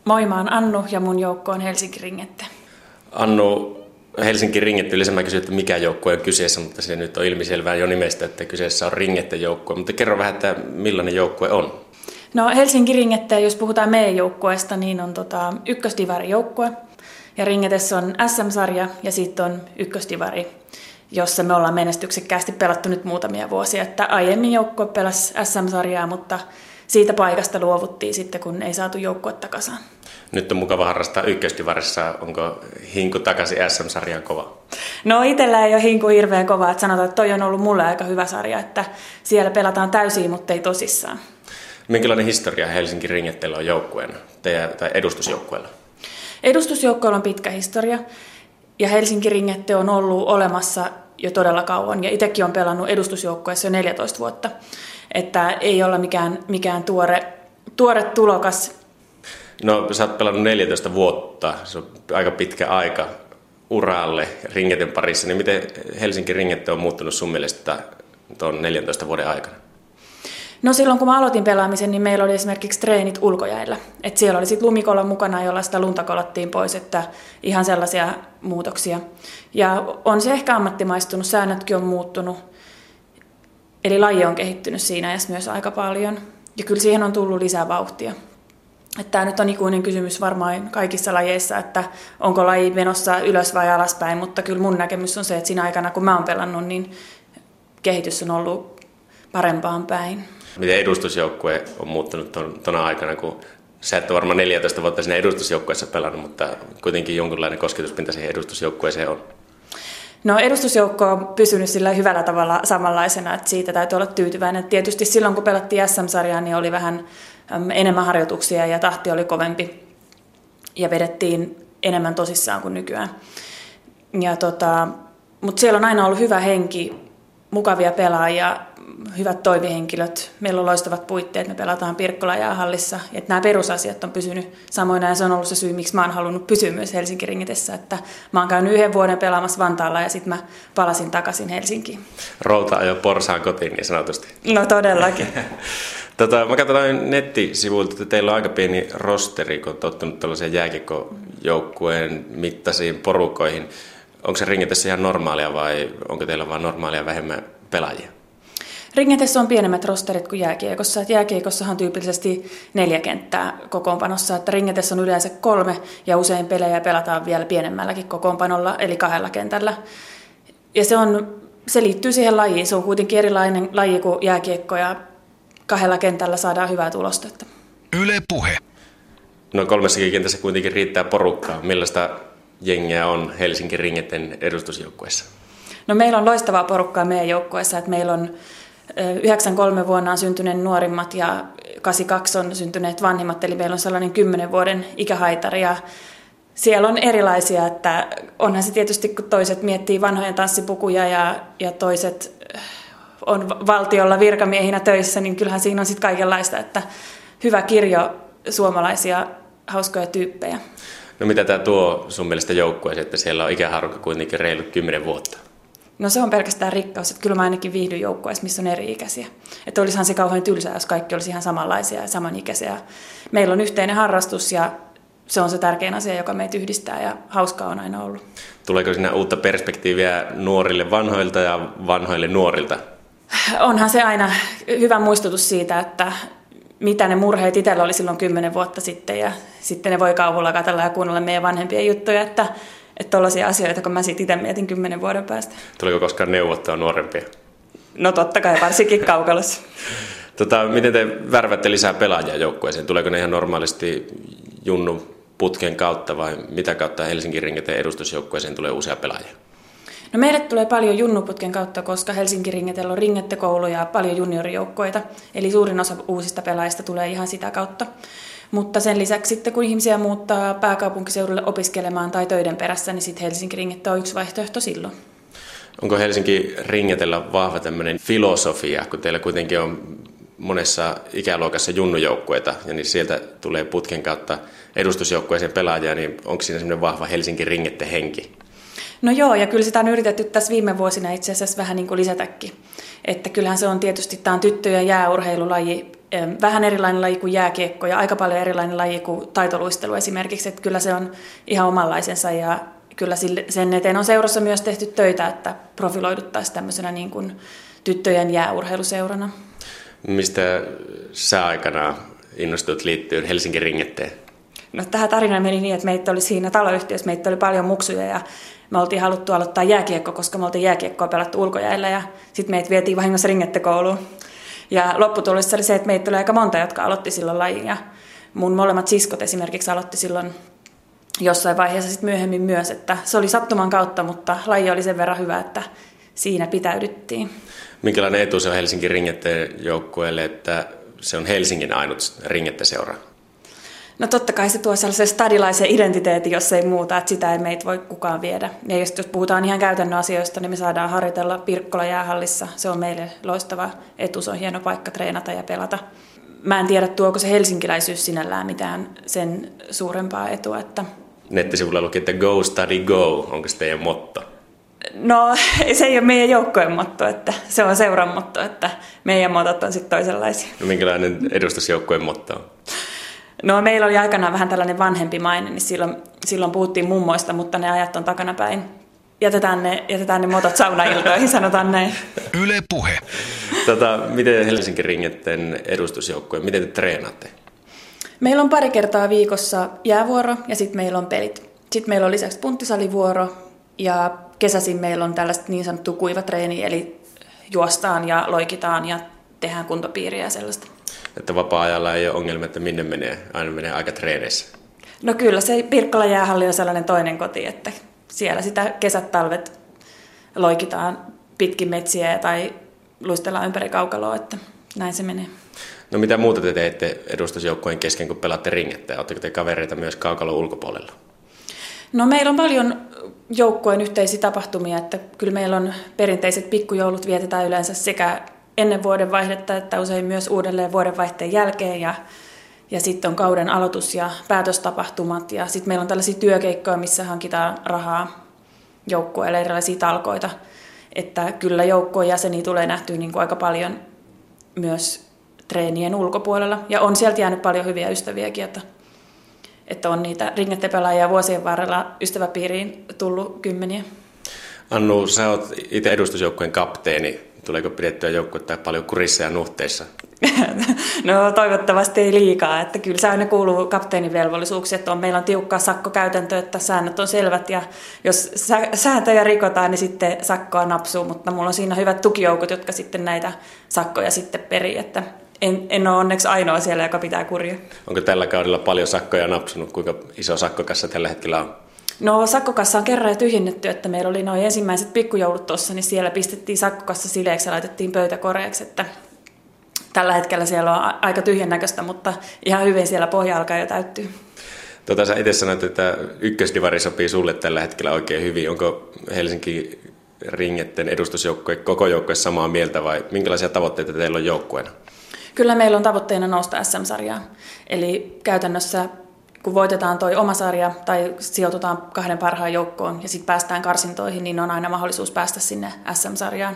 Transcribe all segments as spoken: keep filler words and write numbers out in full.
Moi, mä oon Annu ja mun joukko on Helsinki Ringette. Annu, Helsinki Ringette, yleensä mä kysyin, että mikä joukkue on kyseessä, mutta se nyt on ilmiselvää jo nimestä, että kyseessä on Ringette-joukkue. Mutta kerro vähän, että millainen joukkue on? No Helsinki Ringette, jos puhutaan meidän joukkueesta, niin on tota, ykkösdivari-joukkue. Ja Ringetessä on S M-sarja ja sitten on ykkösdivari, jossa me ollaan menestyksekkäästi pelattu nyt muutamia vuosia. Että aiemmin joukkue pelasi S M-sarjaa, mutta siitä paikasta luovuttiin sitten, kun ei saatu joukkuetta kasaan. Nyt on mukava harrastaa ykkösdivarissa. Onko hinku takaisin S M-sarjaan kova? No itsellä ei ole hinku hirveän kova. Että sanotaan, että toi on ollut mulle aika hyvä sarja, että siellä pelataan täysin, mutta ei tosissaan. Minkälainen historia Helsinki Ringetteellä on joukkueena teidän, tai edustusjoukkueella? Edustusjoukkueella on pitkä historia ja Helsinki Ringette on ollut olemassa jo todella kauan. Ja itsekin olen pelannut edustusjoukkueessa jo neljätoista vuotta. Että ei olla mikään, mikään tuore, tuore tulokas. No sä oot pelannut neljätoista vuotta, se on aika pitkä aika uralle Ringeten parissa. Niin miten Helsinki Ringette on muuttunut sun mielestä tuon neljäntoista vuoden aikana? No silloin kun mä aloitin pelaamisen, niin meillä oli esimerkiksi treenit ulkojäillä. Et siellä oli sitten lumikolla mukana, jolla sitä lunta kolattiin pois, että ihan sellaisia muutoksia. Ja on se ehkä ammattimaistunut, säännötkin on muuttunut. Eli laji on kehittynyt siinä ajassa myös aika paljon. Ja kyllä siihen on tullut lisää vauhtia. Tämä nyt on ikuinen kysymys varmaan kaikissa lajeissa, että onko laji menossa ylös vai alaspäin, mutta kyllä mun näkemys on se, että siinä aikana kun mä oon pelannut, niin kehitys on ollut parempaan päin. Miten edustusjoukkue on muuttunut tuona aikana, kun sä et ole varmaan neljätoista vuotta siinä edustusjoukkueessa pelannut, mutta kuitenkin jonkinlainen kosketuspinta siihen edustusjoukkueeseen on? No edustusjoukko on pysynyt sillä hyvällä tavalla samanlaisena, että siitä täytyy olla tyytyväinen. Tietysti silloin kun pelattiin S M-sarjaa, niin oli vähän enemmän harjoituksia ja tahti oli kovempi ja vedettiin enemmän tosissaan kuin nykyään. Ja tota, mutta siellä on aina ollut hyvä henki, mukavia pelaajia, hyvät toivehenkilöt. Meillä on loistavat puitteet, me pelataan Pirkkola jäähallissa. Että nämä perusasiat on pysynyt samoina ja se on ollut se syy, miksi mä oon halunnut pysyä myös Helsinki Ringetessä. Että mä oon käynyt yhden vuoden pelaamassa Vantaalla ja sitten mä palasin takaisin Helsinkiin. Routa ajoi porsaan kotiin niin sanotusti. No todellakin. tota, mä katsoin nettisivuilta, että teillä on aika pieni rosteri, kun on tottunut tällaiseen jääkiekkojoukkueen mittaisiin porukoihin. Onko se Ringetessä ihan normaalia vai onko teillä vaan normaalia vähemmän pelaajia? Ringetessä on pienemmät rosterit kuin jääkiekossa. Että jääkiekossahan on tyypillisesti neljä kenttää kokoonpanossa, että Ringetessä on yleensä kolme ja usein pelejä pelataan vielä pienemmälläkin kokoonpanolla, eli kahdella kentällä. Ja se, on, se liittyy siihen lajiin. Se on kuitenkin erilainen laji kuin jääkiekko ja kahdella kentällä saadaan hyvää tulosta. Yle Puhe. No kolmessakin kentässä kuitenkin riittää porukkaa. Millaista jengiä on Helsinki Ringetten edustusjoukkueessa? No meillä on loistavaa porukkaa meidän joukkueessa, että meillä on yhdeksänkymmentäkolme vuonna on syntyneet nuorimmat ja kahdeksankymmentäkaksi on syntyneet vanhimmat, eli meillä on sellainen kymmenen vuoden ikähaitari ja siellä on erilaisia, että onhan se tietysti, kun toiset miettii vanhojen tanssipukuja ja, ja toiset on valtiolla virkamiehinä töissä, niin kyllähän siinä on sitten kaikenlaista, että hyvä kirjo suomalaisia hauskoja tyyppejä. No mitä tämä tuo sun mielestä joukkueeseen, että siellä on ikäharukka kuitenkin reilut kymmenen vuotta? No se on pelkästään rikkaus, että kyllä mä ainakin viihdyn joukkueessa, missä on eri-ikäisiä. Että olisihan se kauhean tylsää, jos kaikki olisi ihan samanlaisia ja samanikäisiä. Meillä on yhteinen harrastus ja se on se tärkein asia, joka meitä yhdistää ja hauskaa on aina ollut. Tuleeko siinä uutta perspektiiviä nuorille vanhoilta ja vanhoille nuorilta? Onhan se aina hyvä muistutus siitä, että mitä ne murheet itsellä oli silloin kymmenen vuotta sitten ja sitten ne voi kauhulla katsella ja kuunnella meidän vanhempien juttuja, että Että tollaisia asioita, kun mä siitä itse mietin kymmenen vuoden päästä. Tuliko koskaan neuvottaa nuorempia? No totta kai, varsinkin kaukalossa. tota, miten te värvätte lisää pelaajia joukkueeseen? Tuleeko ne ihan normaalisti junnu putken kautta vai mitä kautta Helsinki Ringeten edustusjoukkueeseen tulee uusia pelaajia? No meille tulee paljon junnuputken kautta, koska Helsinki Ringetellä on Ringette-koulu ja paljon juniorijoukkoita. Eli suurin osa uusista pelaajista tulee ihan sitä kautta. Mutta sen lisäksi sitten, kun ihmisiä muuttaa pääkaupunkiseudulle opiskelemaan tai töiden perässä, niin sitten Helsinki Ringette on yksi vaihtoehto silloin. Onko Helsinki Ringetellä vahva tämmöinen filosofia, kun teillä kuitenkin on monessa ikäluokassa junnujoukkueita, ja niin sieltä tulee putken kautta edustusjoukkueeseen pelaajia, niin onko siinä semmoinen vahva Helsinki Ringette henki? No joo, ja kyllä sitä on yritetty tässä viime vuosina itse asiassa vähän niin kuin lisätäkin. Että kyllähän se on tietysti, tämä on tyttöjen jääurheilulaji, vähän erilainen laji kuin jääkiekko ja aika paljon erilainen laji kuin taitoluistelu esimerkiksi, että kyllä se on ihan omanlaisensa ja kyllä sen eteen on seurassa myös tehty töitä, että profiloiduttaisiin tämmöisenä niin kuin tyttöjen jääurheiluseurana. Mistä sä aikana innostut liittyä Helsingin Ringetteen? No tähän tarinaan meni niin, että meitä oli siinä taloyhtiössä, meitä oli paljon muksuja ja me oltiin haluttu aloittaa jääkiekko, koska me oltiin jääkiekkoa pelattu ulkojäällä ja sitten meitä vietiin vahingossa ringettekouluun. Ja lopputulossa oli se, että meitä oli aika monta, jotka aloitti silloin lajin ja mun molemmat siskot esimerkiksi aloitti silloin jossain vaiheessa sitten myöhemmin myös, että se oli sattuman kautta, mutta laji oli sen verran hyvä, että siinä pitäydyttiin. Minkälainen etu se on Helsingin Ringetteen joukkueelle, että se on Helsingin ainut ringetteseura? No totta kai se tuo sellaisen stadilaisen identiteetin, jos ei muuta, että sitä ei meitä voi kukaan viedä. Ja jos puhutaan ihan käytännön asioista, niin me saadaan harjoitella Pirkkola jäähallissa. Se on meille loistava etu, se on hieno paikka treenata ja pelata. Mä en tiedä, tuoko se helsinkiläisyys sinällään mitään sen suurempaa etua. Että... Nettisivulla luki, että go study go. Onko se teidän motto? No se ei ole meidän joukkojen motto, että se on seuran motto, että meidän motot on sitten toisenlaisia. No minkälainen edustusjoukkojen motto on? No meillä oli aikanaan vähän tällainen vanhempi maine, niin silloin, silloin puhuttiin mummoista, mutta ne ajat on takanapäin. Jätetään ne, jätetään ne motot saunailtoihin, sanotaan näin. Yle Puhe. Tota, miten Helsingin Ringetteen edustusjoukkoja, miten te treenaatte? Meillä on pari kertaa viikossa jäävuoro ja sitten meillä on pelit. Sitten meillä on lisäksi punttisalivuoro ja kesäisin meillä on tällaista niin sanottua kuivatreeniä, eli juostaan ja loikitaan ja tehdään kuntopiiriä ja sellaista. Että vapaa-ajalla ei ole ongelma, että minne menee, aina menee aika treeneissä. No kyllä, se Pirkkola jäähalli on sellainen toinen koti, että siellä sitä kesät talvet loikitaan pitkin metsiä tai luistellaan ympäri kaukaloa, että näin se menee. No mitä muuta te teette edustusjoukkojen kesken, kun pelaatte ringettä? Oletteko te kavereita myös kaukalon ulkopuolella? No meillä on paljon joukkojen yhteisiä tapahtumia, että kyllä meillä on perinteiset pikkujoulut vietetään yleensä sekä ennen vuodenvaihdetta, että usein myös uudelleen vuodenvaihteen jälkeen ja, ja sitten on kauden aloitus- ja päätöstapahtumat ja sitten meillä on tällaisia työkeikkoja, missä hankitaan rahaa joukkueille, erilaisia talkoita, että kyllä joukkojen jäseniä tulee nähtyä niin kuin aika paljon myös treenien ulkopuolella ja on sieltä jäänyt paljon hyviä ystäviäkin, että, että on niitä ringettepelaajia vuosien varrella ystäväpiiriin tullut kymmeniä. Annu, sä oot itse edustusjoukkueen kapteeni. Tuleeko pidettyä joukkuetta paljon kurissa ja nuhteissa? No toivottavasti ei liikaa, että kyllä se aina kuuluu kapteenin velvollisuuksiin, että on, meillä on tiukkaa sakkokäytäntö, että säännöt on selvät ja jos sääntöjä rikotaan, niin sitten sakkoa napsuu, mutta mulla on siinä hyvät tukijoukot, jotka sitten näitä sakkoja sitten perii, että en, en ole onneksi ainoa siellä, joka pitää kuria. Onko tällä kaudella paljon sakkoja napsunut? Kuinka iso sakkokassa tällä hetkellä on? No sakkokassa on kerran jo tyhjennetty, että meillä oli noin ensimmäiset pikkujoulut tuossa, niin siellä pistettiin sakkokassa sileeksi ja laitettiin pöytä koreaksi, että tällä hetkellä siellä on aika tyhjän näköistä, mutta ihan hyvin siellä pohja alkaa jo täyttyä. Tota, sä itse sanoit, että ykkösdivari sopii sulle tällä hetkellä oikein hyvin. Onko Helsinki Ringetteen edustusjoukkue koko joukkue samaa mieltä vai minkälaisia tavoitteita teillä on joukkueena? Kyllä meillä on tavoitteena nousta S M-sarjaan, eli käytännössä kun voitetaan toi oma sarja tai sijoitutaan kahden parhaan joukkoon ja sitten päästään karsintoihin, niin on aina mahdollisuus päästä sinne S M-sarjaan.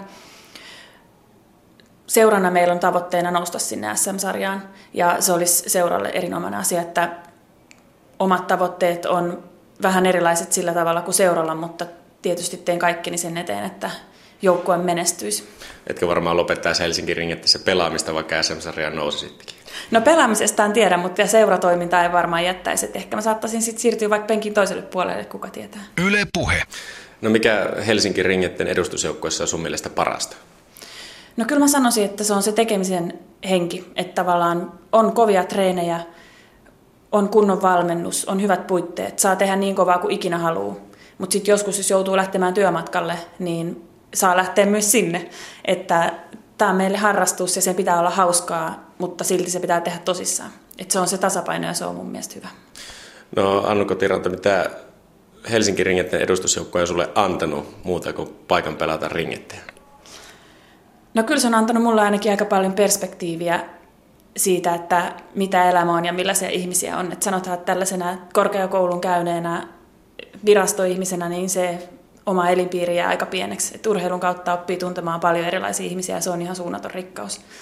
Seurana meillä on tavoitteena nousta sinne S M-sarjaan ja se olisi seuralle erinomainen asia, että omat tavoitteet on vähän erilaiset sillä tavalla kuin seuralla, mutta tietysti teen kaikkeni sen eteen, että joukkue menestyisi. Etkö varmaan lopettaisi Helsingin Ringettissä pelaamista, vaikka S M-sarjaan nousisittekin? No pelaamisesta en tiedä, mutta seuratoimintaa ei varmaan jättäisi. Että ehkä mä saattaisin sitten siirtyä vaikka penkin toiselle puolelle, kuka tietää. Yle Puhe. No mikä Helsingin Ringetteen edustusjoukkueessa on sun mielestä parasta? No kyllä mä sanoisin, että se on se tekemisen henki. Että tavallaan on kovia treenejä, on kunnon valmennus, on hyvät puitteet. Saa tehdä niin kovaa kuin ikinä haluaa. Mutta sitten joskus, jos joutuu lähtemään työmatkalle, niin saa lähteä myös sinne. Että tämä on meille harrastus ja sen pitää olla hauskaa, mutta silti se pitää tehdä tosissaan. Että se on se tasapaino ja se on mun mielestä hyvä. No Annu Kotiranta, mitä Helsingin Ringetteen edustusjoukkue on sulle antanut muuta kuin paikan pelata ringetteen? No kyllä se on antanut mulle ainakin aika paljon perspektiiviä siitä, että mitä elämä on ja millaisia ihmisiä on. Että sanotaan, että tällaisena korkeakoulun käyneenä virastoihmisenä, niin se oma elinpiiri jää aika pieneksi. Et urheilun kautta oppii tuntemaan paljon erilaisia ihmisiä ja se on ihan suunnaton rikkaus.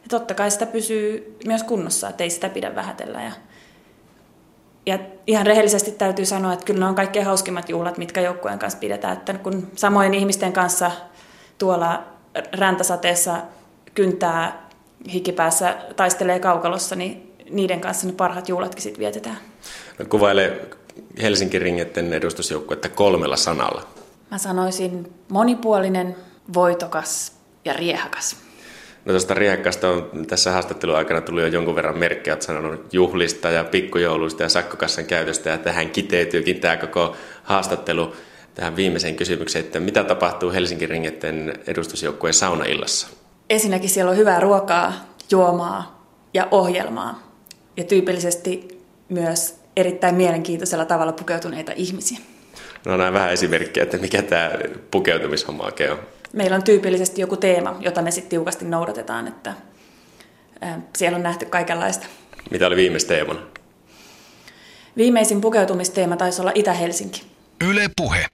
Ja totta kai sitä pysyy myös kunnossa, että ei sitä pidä vähätellä. Ja, ja ihan rehellisesti täytyy sanoa, että kyllä ne on kaikkein hauskimmat juhlat, mitkä joukkueen kanssa pidetään. Että kun samoin ihmisten kanssa tuolla räntäsateessa kyntää hikipäässä, taistelee kaukalossa, niin niiden kanssa ne parhaat juhlatkin sitten vietetään. No, kuvaile Helsingin Ringetten edustusjoukkuetta kolmella sanalla. Mä sanoisin monipuolinen, voitokas ja riehakas. No tuosta riehakasta on tässä haastattelun aikana tullut jo jonkun verran merkkejä, olet sanonut juhlista ja pikkujouluista ja sakkokassan käytöstä, ja tähän kiteytyykin tämä koko haastattelu tähän viimeiseen kysymykseen, että mitä tapahtuu Helsingin Ringetten edustusjoukkueen saunaillassa? Ensinnäkin siellä on hyvää ruokaa, juomaa ja ohjelmaa, ja tyypillisesti myös erittäin mielenkiintoisella tavalla pukeutuneita ihmisiä. No näin vähän esimerkkejä, että mikä tämä pukeutumishomma oikein on. Meillä on tyypillisesti joku teema, jota me sitten tiukasti noudatetaan, että siellä on nähty kaikenlaista. Mitä oli viimeisteemana? Viimeisin pukeutumisteema taisi olla Itä-Helsinki. Yle Puhe.